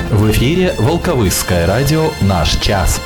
В эфире Волковысское радио «Наш час».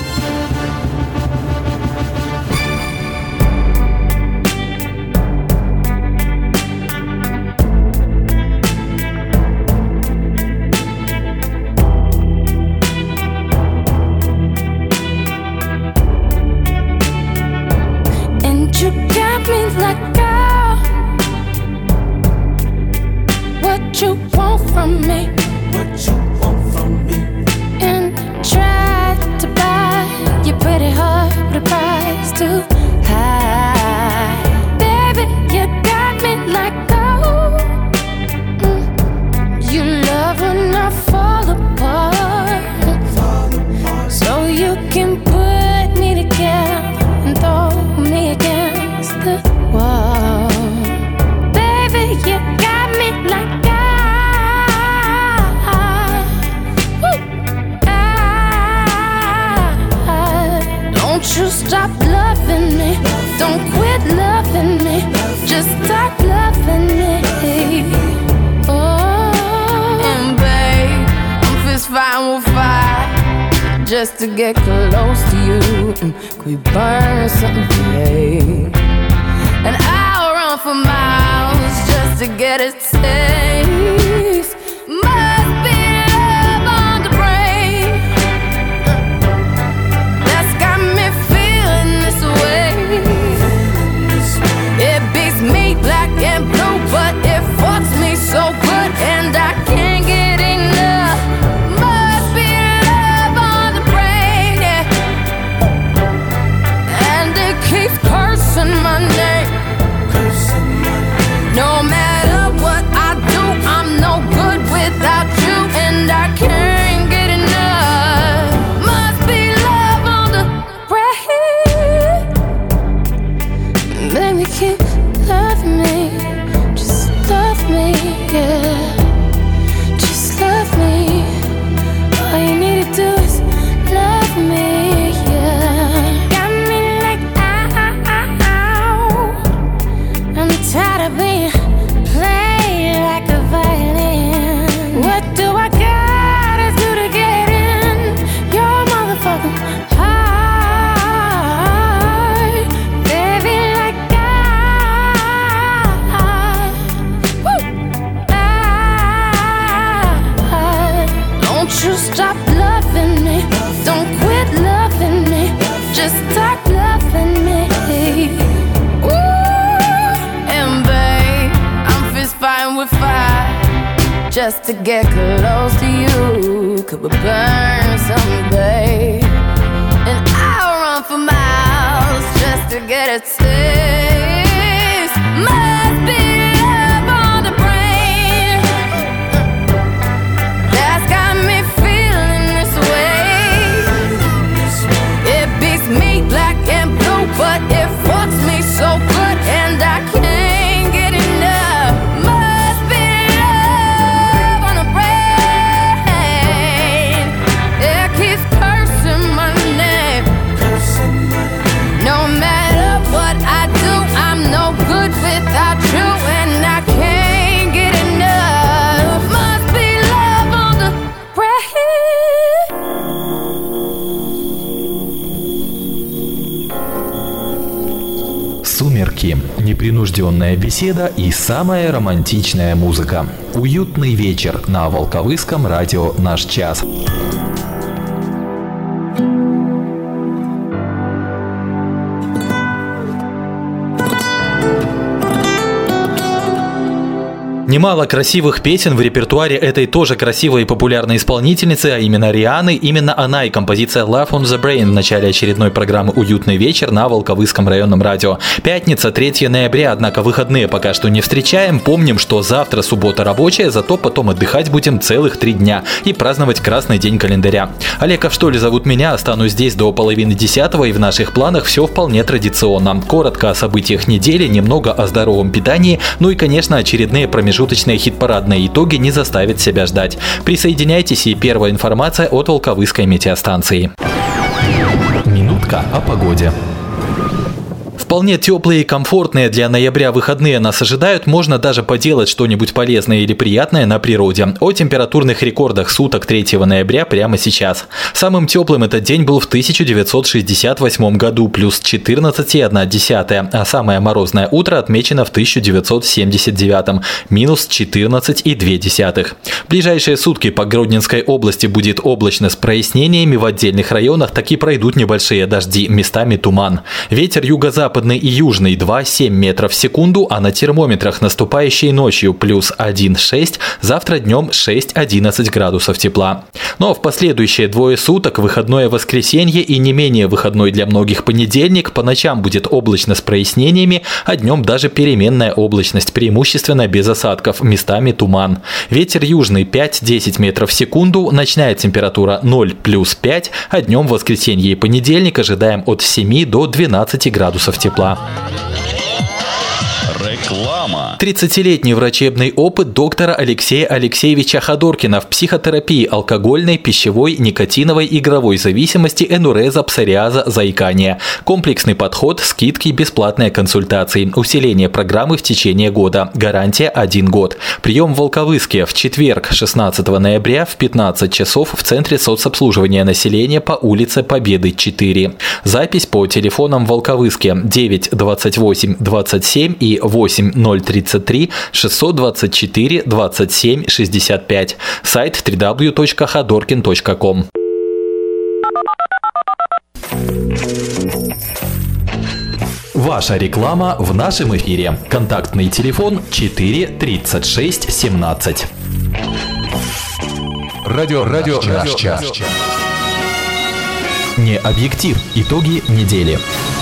Just to get close to you, could we burn something today? And I'll run for miles just to get a taste. Must be love on the brain that's got me feeling this way. It beats me black and blue, but it fucks me so good, and I can't get enough. Cursing my name. No matter what I do, I'm no good without you, and I can't get enough. Must be love on the brain. Baby, keep loving me. Just love me, yeah. Just love me. All you need to do is love me, yeah. Tired of being played like a violin. What do I gotta do to get in your motherfucking heart? Baby, like don't you stop loving me. Don't quit loving me. Just start loving me. Fighting with fire just to get close to you. Could we burn someday? And I'll run for miles just to get a taste. Must be love on the brain that's got me feeling this way. It beats me black and blue, but it fucks me so good, and I can't get enough. Without you, and I can't get enough. Must be love on the brain. Сумерки, непринужденная беседа и самая романтичная музыка. Уютный вечер на Волковысском радио «Наш час». Немало красивых песен в репертуаре этой тоже красивой и популярной исполнительницы, а именно Рианы. Именно она и композиция Love on the Brain в начале очередной программы «Уютный вечер» на Волковысском районном радио. Пятница, 3 ноября, однако выходные пока что не встречаем. Помним, что завтра суббота рабочая, зато потом отдыхать будем целых 3 дня и праздновать красный день календаря. Олег Авштоль зовут меня, останусь здесь до 9:30, и в наших планах все вполне традиционно. Коротко о событиях недели, немного о здоровом питании, ну и, конечно, очередные промежуточные хит-парадные итоги не заставят себя ждать. Присоединяйтесь, и первая информация от Волковысской метеостанции. Минутка о погоде. Вполне теплые и комфортные для ноября выходные нас ожидают. Можно даже поделать что-нибудь полезное или приятное на природе. О температурных рекордах суток 3 ноября прямо сейчас. Самым теплым этот день был в 1968 году, плюс 14,1, а самое морозное утро отмечено в 1979, минус 14,2. В ближайшие сутки по Гродненской области будет облачно с прояснениями, в отдельных районах таки пройдут небольшие дожди, местами туман. Ветер юго-западный и южный 2,7 метров в секунду, а на термометрах наступающей ночью плюс 1,6, завтра днем 6-11 градусов тепла. Но в последующие двое суток, выходное воскресенье и не менее выходной для многих понедельник, по ночам будет облачно с прояснениями, а днем даже переменная облачность, преимущественно без осадков, местами туман. Ветер южный 5-10 метров в секунду, ночная температура 0 плюс 5, а днем в воскресенье и понедельник ожидаем от 7 до 12 градусов тепла. Реклама. 30-летний врачебный опыт доктора Алексея Алексеевича Ходоркина в психотерапии алкогольной, пищевой, никотиновой, игровой зависимости, энуреза, псориаза, заикания. Комплексный подход, скидки, бесплатные консультации. Усиление программы в течение года. Гарантия 1 год. Прием в Волковыске в четверг, 16 ноября в 15 часов в Центре соцобслуживания населения по улице Победы 4. Запись по телефонам в Волковыске 9 28 27 и 8 033 624 27 65. Сайт www.khodorkin.com. Ваша реклама в нашем эфире. Контактный телефон 4 36 17. Радио «Наш час». Не объектив. Итоги недели.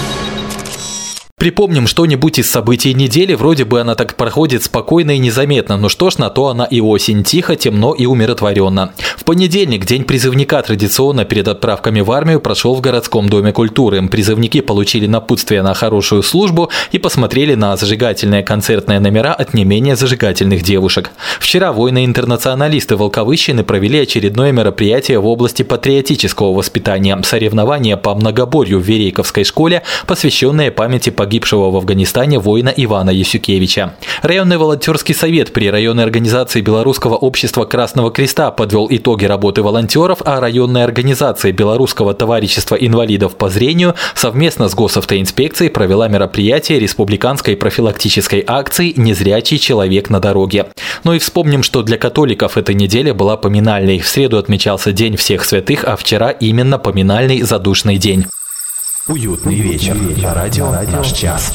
Припомним что-нибудь из событий недели, вроде бы она так проходит спокойно и незаметно, но что ж, на то она и осень, тихо, темно и умиротворенно. В понедельник день призывника традиционно перед отправками в армию прошел в городском доме культуры. Призывники получили напутствие на хорошую службу и посмотрели на зажигательные концертные номера от не менее зажигательных девушек. Вчера воины-интернационалисты Волковыщины провели очередное мероприятие в области патриотического воспитания – соревнования по многоборью в Верейковской школе, посвященные памяти погибшего в Афганистане воина Ивана Ясюкевича. Районный волонтерский совет при районной организации Белорусского общества Красного Креста подвел итоги работы волонтеров, а районная организация Белорусского товарищества инвалидов по зрению совместно с госавтоинспекцией провела мероприятие республиканской профилактической акции «Незрячий человек на дороге». Ну и вспомним, что для католиков эта неделя была поминальной. В среду отмечался День всех святых, а вчера именно поминальный задушный день. Уютный вечер. Радио «Наш час».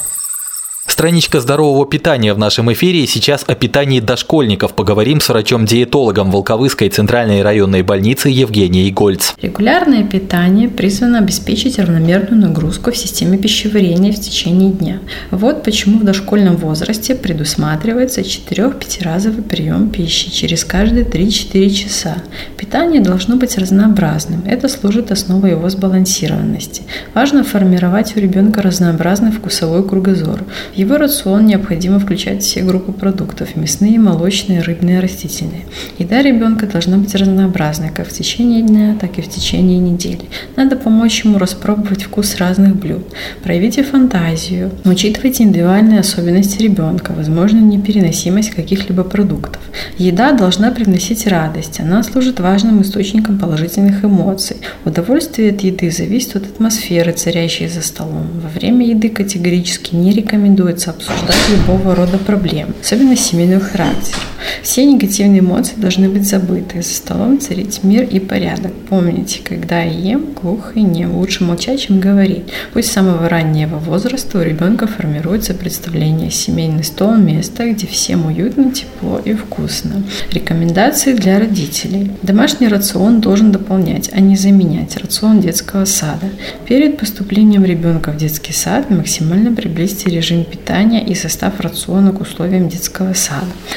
Страничка здорового питания в нашем эфире. Сейчас о питании дошкольников поговорим с врачом-диетологом Волковыской центральной районной больницы Евгенией Гольц. Регулярное питание призвано обеспечить равномерную нагрузку в системе пищеварения в течение дня. Вот почему в дошкольном возрасте предусматривается 4-5-разовый прием пищи через каждые 3-4 часа. Питание должно быть разнообразным. Это служит основой его сбалансированности. Важно формировать у ребенка разнообразный вкусовой кругозор. В его рацион необходимо включать все группы продуктов – мясные, молочные, рыбные, растительные. Еда ребенка должна быть разнообразной как в течение дня, так и в течение недели. Надо помочь ему распробовать вкус разных блюд. Проявите фантазию, учитывайте индивидуальные особенности ребенка, возможно, непереносимость каких-либо продуктов. Еда должна приносить радость, она служит важным источником положительных эмоций. Удовольствие от еды зависит от атмосферы, царящей за столом. Во время еды категорически не рекомендуется обсуждать любого рода проблем, особенно семейного характера. Все негативные эмоции должны быть забыты. За столом царить мир и порядок. Помните, когда я ем, глухо и нем. Лучше молчать, чем говорить. Пусть с самого раннего возраста у ребенка формируется представление: семейный стол – место, где всем уютно, тепло и вкусно. Рекомендации для родителей. Домашний рацион должен дополнять, а не заменять рацион детского сада. Перед поступлением ребенка в детский сад максимально приблизьте режим питания и состав рациона к условиям детского сада. Завтрак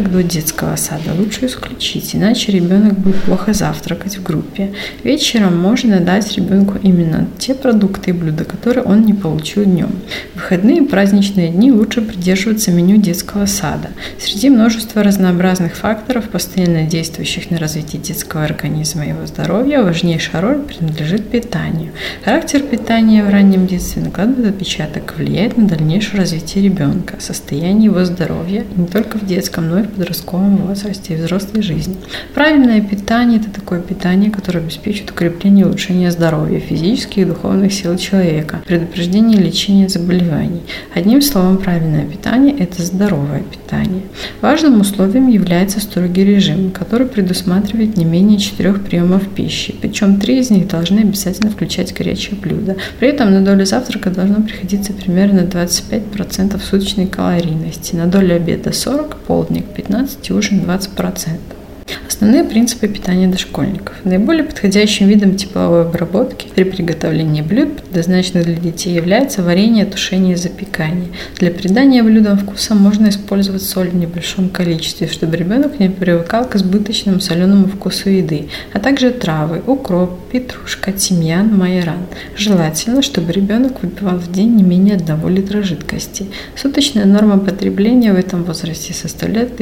завтрак до детского сада лучше исключить, иначе ребенок будет плохо завтракать в группе. Вечером можно дать ребенку именно те продукты и блюда, которые он не получил днем. В выходные и праздничные дни лучше придерживаться меню детского сада. Среди множества разнообразных факторов, постоянно действующих на развитие детского организма и его здоровья, важнейшая роль принадлежит питанию. Характер питания в раннем детстве накладывает отпечаток, влияет на дальнейшее развитие ребенка, состояние его здоровья не только в детском, но и в подростковом возрасте и взрослой жизни. Правильное питание – это такое питание, которое обеспечит укрепление и улучшение здоровья, физических и духовных сил человека, предупреждение и лечение заболеваний. Одним словом, правильное питание – это здоровое питание. Важным условием является строгий режим, который предусматривает не менее 4 приемов пищи, причем 3 из них должны обязательно включать горячие блюда. При этом на долю завтрака должно приходиться примерно 25% суточной калорийности, на долю обеда 40%, полдник 15% и ужин 20%. Основные принципы питания дошкольников. Наиболее подходящим видом тепловой обработки при приготовлении блюд, предназначенных для детей, является варенье, тушение и запекание. Для придания блюдам вкуса можно использовать соль в небольшом количестве, чтобы ребенок не привыкал к избыточному соленому вкусу еды, а также травы, укроп, петрушка, тимьян, майоран. Желательно, чтобы ребенок выпивал в день не менее 1 литра жидкости. Суточная норма потребления в этом возрасте составляет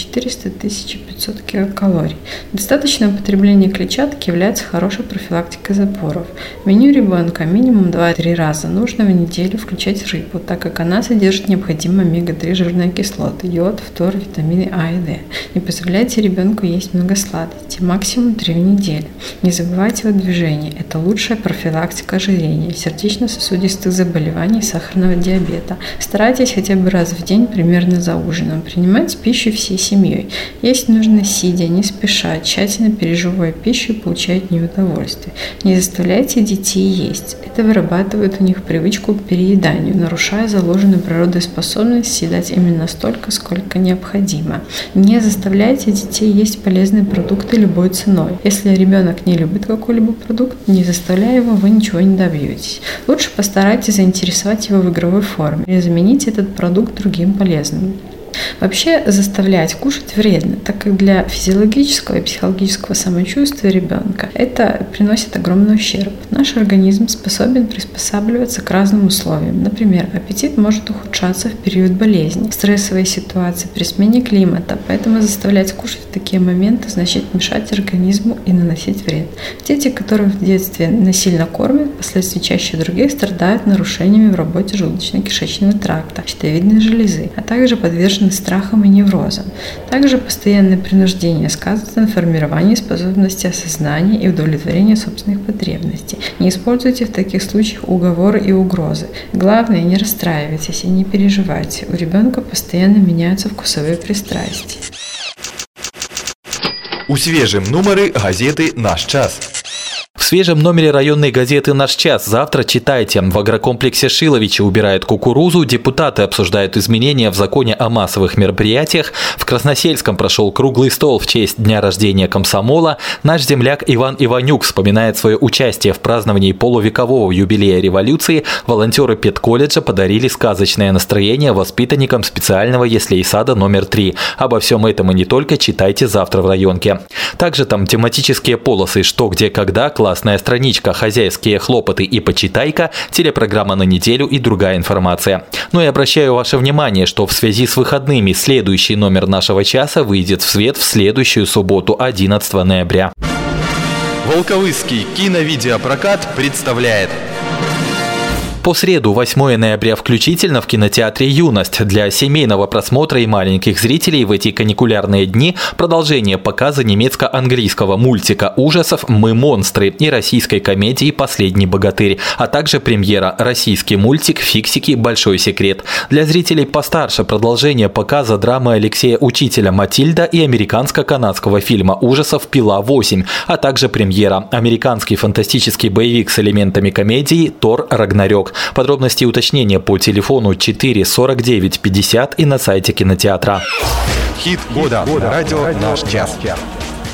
1400-1500 килокалорий. Достаточное употребление клетчатки является хорошей профилактикой запоров. В меню ребенка минимум 2-3 раза нужно в неделю включать рыбу, так как она содержит необходимые омега-3 жирные кислоты, йод, фтор, витамины А и Д. Не позволяйте ребенку есть много сладостей, максимум 3 в неделю. Не забывайте о движении, это лучшая профилактика ожирения, сердечно-сосудистых заболеваний и сахарного диабета. Старайтесь хотя бы раз в день, примерно за ужином, принимать пищу всей семьей. Есть нужно сидя, не спеша, тщательно пережевывая пищу и получая от нее удовольствие. Не заставляйте детей есть. Это вырабатывает у них привычку к перееданию, нарушая заложенную природой способность съедать именно столько, сколько необходимо. Не заставляйте детей есть полезные продукты любой ценой. Если ребенок не любит какой-либо продукт, не заставляя его, вы ничего не добьетесь. Лучше постарайтесь заинтересовать его в игровой форме и заменить этот продукт другим полезным. Вообще заставлять кушать вредно, так как для физиологического и психологического самочувствия ребенка это приносит огромный ущерб. Наш организм способен приспосабливаться к разным условиям. Например, аппетит может ухудшаться в период болезни, стрессовой ситуации, при смене климата, поэтому заставлять кушать в такие моменты значит мешать организму и наносить вред. Дети, которых в детстве насильно кормят, впоследствии чаще других страдают нарушениями в работе желудочно-кишечного тракта, щитовидной железы, а также подвержены страхам и неврозам. Также постоянное принуждение сказывается на формировании способности осознания и удовлетворения собственных потребностей. Не используйте в таких случаях уговоры и угрозы. Главное, не расстраивайтесь и не переживайте. У ребенка постоянно меняются вкусовые пристрастия. У свежем номеры газеты «Наш час». В свежем номере районной газеты «Наш час» завтра читайте. В агрокомплексе Шиловичи убирают кукурузу, депутаты обсуждают изменения в законе о массовых мероприятиях, в Красносельском прошел круглый стол в честь дня рождения комсомола, наш земляк Иван Иванюк вспоминает свое участие в праздновании полувекового юбилея революции, волонтеры педколледжа подарили сказочное настроение воспитанникам специального яслей-сада номер 3. Обо всем этом и не только читайте завтра в районке. Также там тематические полосы «Что, где, когда», классная страничка, хозяйские хлопоты и почитайка, телепрограмма на неделю и другая информация. Ну и обращаю ваше внимание, что в связи с выходными следующий номер нашего часа выйдет в свет в следующую субботу, 11 ноября. Волковысский киновидеопрокат представляет. По среду, 8 ноября включительно, в кинотеатре «Юность» для семейного просмотра и маленьких зрителей в эти каникулярные дни продолжение показа немецко-английского мультика ужасов «Мы монстры» и российской комедии «Последний богатырь», а также премьера российский мультик «Фиксики. Большой секрет». Для зрителей постарше продолжение показа драмы Алексея Учителя «Матильда» и американско-канадского фильма ужасов «Пила 8», а также премьера американский фантастический боевик с элементами комедии «Тор. Рагнарёк». Подробности и уточнения по телефону 4 49 50 и на сайте кинотеатра. Хит года. Радио «Наш час».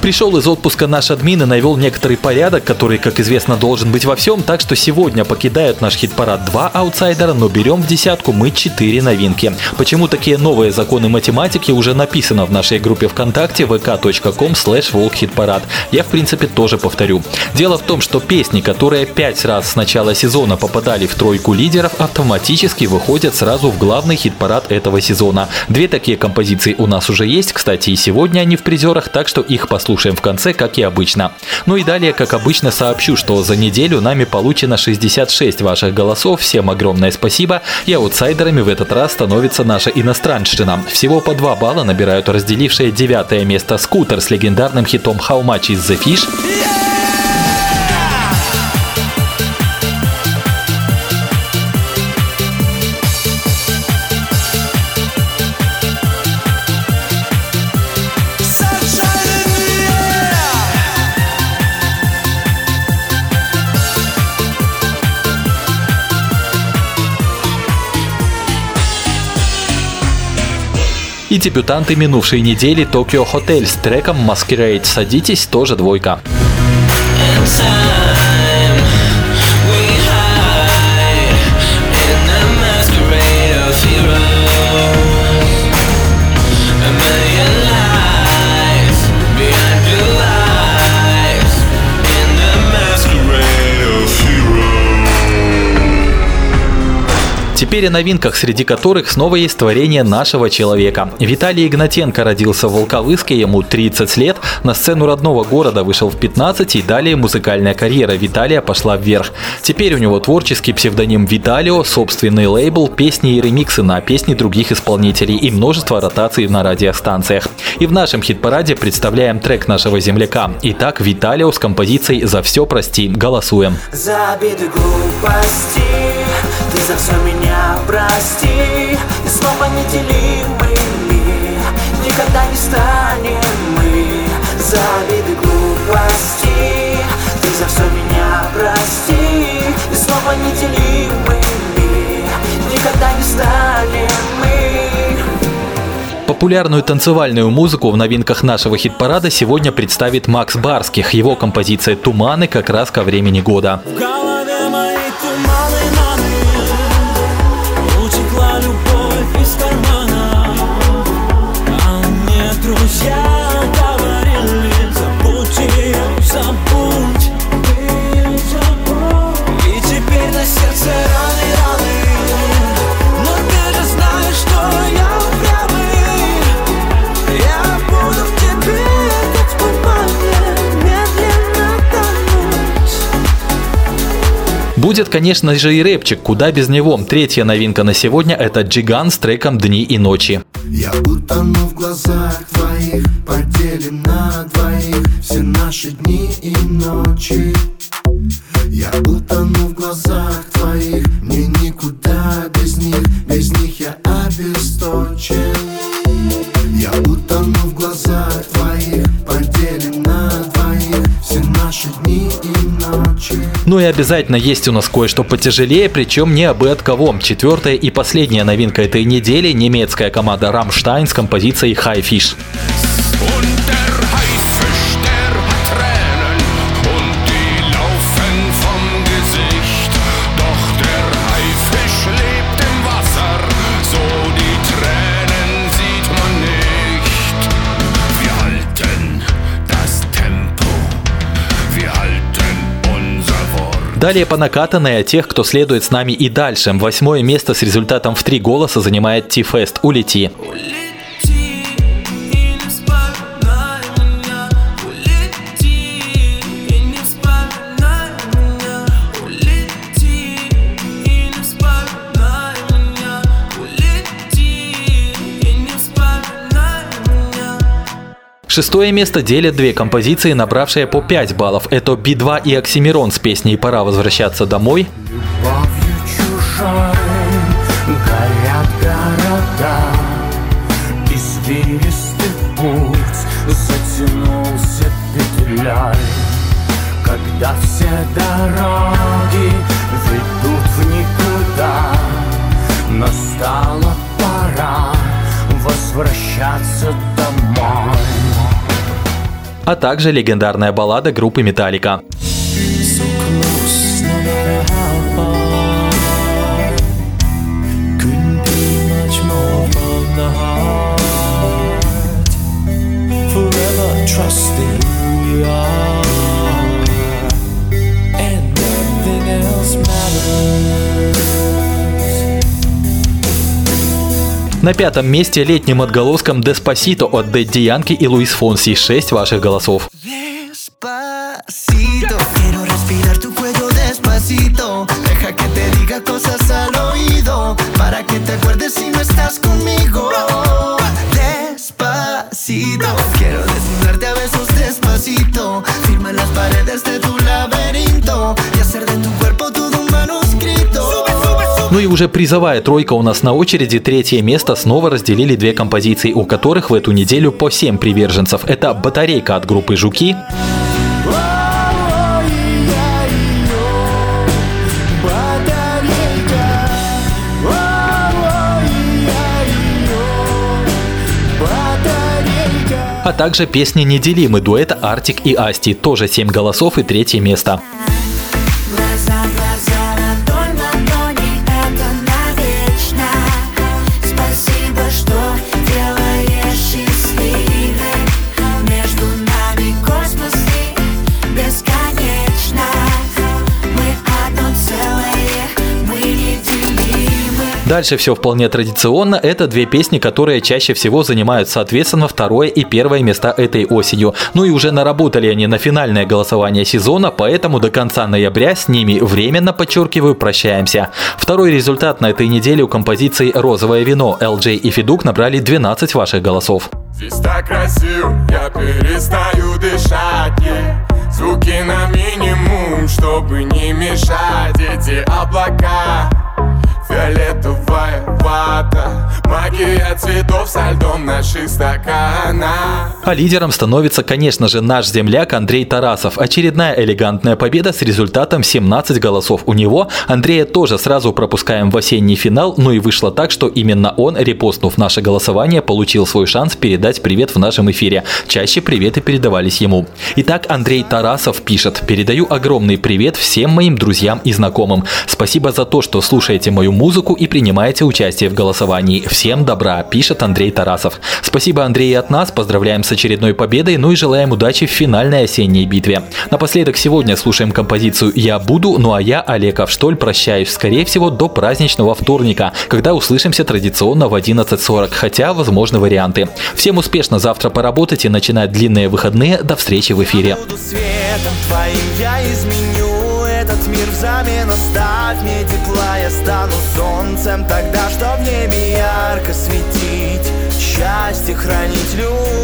Пришел из отпуска наш админ и навел некоторый порядок, который, как известно, должен быть во всем, так что сегодня покидают наш хит-парад 2 аутсайдера, но берем в десятку мы 4 новинки. Почему такие новые законы математики уже написано в нашей группе ВКонтакте vk.com/волкхитпарад. Я, в принципе, тоже повторю. Дело в том, что песни, которые 5 раз с начала сезона попадали в тройку лидеров, автоматически выходят сразу в главный хит-парад этого сезона. 2 такие композиции у нас уже есть, кстати, и сегодня они в призерах, так что их послушаем в конце, как и обычно. Ну и далее, как обычно, сообщу, что за неделю нами получено 66 ваших голосов. Всем огромное спасибо. И аутсайдерами в этот раз становится наша иностранщина. Всего по 2 балла набирают разделившие 9 место «Скутер» с легендарным хитом «How much is the fish». И дебютанты минувшей недели Tokyo Hotel с треком Masquerade. Садитесь, тоже 2. Теперь о новинках, среди которых снова есть творение нашего человека. Виталий Игнатенко родился в Волковыске, ему 30 лет, на сцену родного города вышел в 15, и далее музыкальная карьера Виталия пошла вверх. Теперь у него творческий псевдоним Виталио, собственный лейбл, песни и ремиксы на песни других исполнителей и множество ротаций на радиостанциях. И в нашем хит-параде представляем трек нашего земляка. Итак, Виталио с композицией «За все прости». Голосуем. За обиды, глупости, ты за все меня прости, и снова неделимы мы, никогда не станем мы. За обиды, глупости, ты за все меня прости, и снова неделимы мы, никогда не станем мы. Популярную танцевальную музыку в новинках нашего хит-парада сегодня представит Макс Барских. Его композиция «Туманы» как раз ко времени года. В голове мои туманы, утекла любовь из кармана, а мне друзья говорили: забудь ее, забудь. И теперь на сердце раны, но ты же знаешь, что я упрямый. Я буду в тебе, как в тумане, медленно тонуть. Будет, конечно же, и рэпчик, куда без него. 3-я новинка на сегодня – это Джиган с треком «Дни и ночи». Я утону в глазах твоих, поделим на двоих все наши дни и ночи. Я утону в глазах твоих, мне никуда без них я обесточен. Я утону в глазах твоих, поделим на двоих все наши дни и ночи. Ну и обязательно есть у нас кое-что потяжелее, причем не абы от кого. 4-я и последняя новинка этой недели – немецкая команда Rammstein с композицией «High Fish». Далее по накатанной о тех, кто следует с нами и дальше. 8-е место с результатом в 3 голоса занимает Ти-Фест «Улети». Шестое место делят 2 композиции, набравшие по 5 баллов. Это Би-2 и Оксимирон с песней «Пора возвращаться домой». Любовью чужой горят города, извилистый путь затянулся петлей. Когда все дороги ведут в никуда, настала пора возвращаться домой. а также легендарная баллада группы Metallica. Trusting who we are, and nothing else matters. На пятом месте летним отголоском Despacito от Дэдди Янки и Луис Фонси. 6 ваших голосов. Despacito, quiero respirar tu cuello despacito. Deja que te diga cosas al oído, para que te acuerdes si no estás conmigo. Despacito, quiero desnudarte a besos despacito. Firma en las paredes de tu laberinto y hacer de tu cuerpo todo un manuscrito. Ну и уже призовая тройка у нас на очереди. Третье место снова разделили две композиции, у которых в эту неделю по 7 приверженцев. Это «Батарейка» от группы «Жуки». А также песня «Неделимый» дуэта Артик и Асти. Тоже 7 голосов и третье место. Дальше все вполне традиционно. Это две песни, которые чаще всего занимают, соответственно, второе и первое места этой осенью. Ну и уже наработали они на финальное голосование сезона, поэтому до конца ноября с ними временно, подчеркиваю, прощаемся. Второй результат на этой неделе у композиции «Розовое вино». LJ и Федук набрали 12 ваших голосов. Здесь так красиво, я перестаю дышать, звуки на минимум, чтобы не мешать. Эти облака, фиолетовая вата, магия цветов со льдом наших стаканах. А лидером становится, конечно же, наш земляк Андрей Тарасов. Очередная элегантная победа с результатом 17 голосов. У него Андрея тоже сразу пропускаем в осенний финал, но и вышло так, что именно он, репостнув наше голосование, получил свой шанс передать привет в нашем эфире. Чаще приветы передавались ему. Итак, Андрей Тарасов пишет: «Передаю огромный привет всем моим друзьям и знакомым. Спасибо за то, что слушаете мою музыку и принимаете участие в голосовании. Всем добра», пишет Андрей Тарасов. Спасибо, Андрей, и от нас. Поздравляем с очередной победой, ну и желаем удачи в финальной осенней битве. Напоследок сегодня слушаем композицию «Я буду», ну а я, Олег Авштоль, прощаюсь, скорее всего, до праздничного вторника, когда услышимся традиционно в 11:40, хотя возможны варианты. Всем успешно завтра поработать и начинать длинные выходные. До встречи в эфире. Я буду светом твоим, я изменю этот мир взамен. Оставь мне тепла, я стану солнцем тогда, что в небе ярко светить, счастье хранить,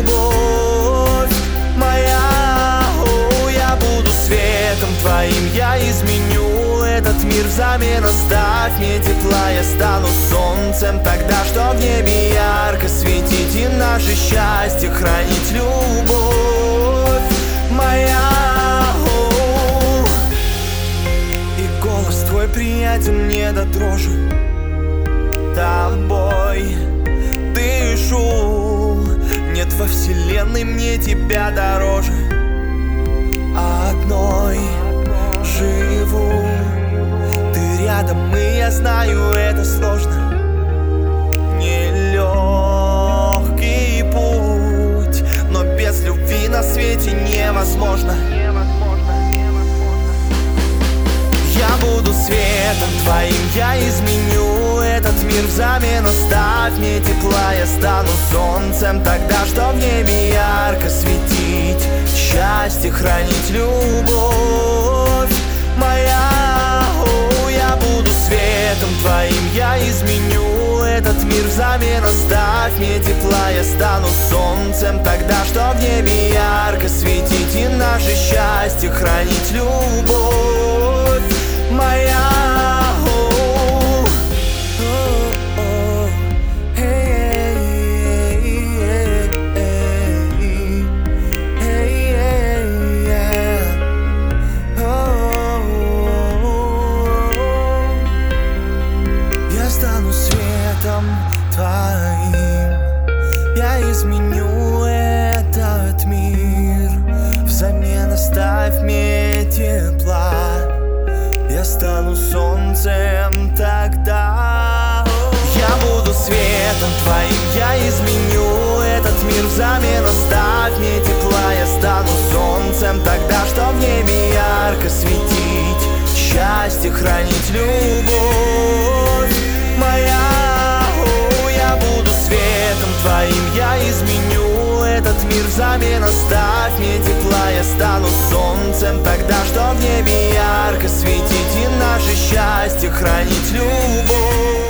любовь моя. Я буду светом твоим, я изменю этот мир взамен. Оставь мне тепла, я стану солнцем тогда, что в небе ярко светить и наше счастье хранить, любовь моя. И голос твой приятен мне до дрожи, тобой дышу. Нет во вселенной мне тебя дороже, одной живу. Ты рядом, и я знаю, это сложно, нелегкий путь, но без любви на свете невозможно. Я буду светом твоим, я изменю этот мир взамен. Оставь мне тепла, я стану солнцем тогда, что в небе ярко светить, счастье хранить, любовь моя. Я буду светом твоим, я изменю этот мир взамен. Оставь мне тепла, я стану солнцем тогда, что в небе ярко светить и наше счастье хранить, любовь моя. Я стану светом твоим, я изменю этот мир оставь мне тепла. Я стану солнцем тогда. Я буду светом твоим, я изменю этот мир взамен. Оставь мне тепла, я стану солнцем тогда, что в небе ярко светить, счастье хранить, любовь моя. Я буду светом твоим, я изменю этот мир взамен. Оставь мне тепла, я стану солнцем тогда, что в небе ярко светить и наше счастье хранить, любовь.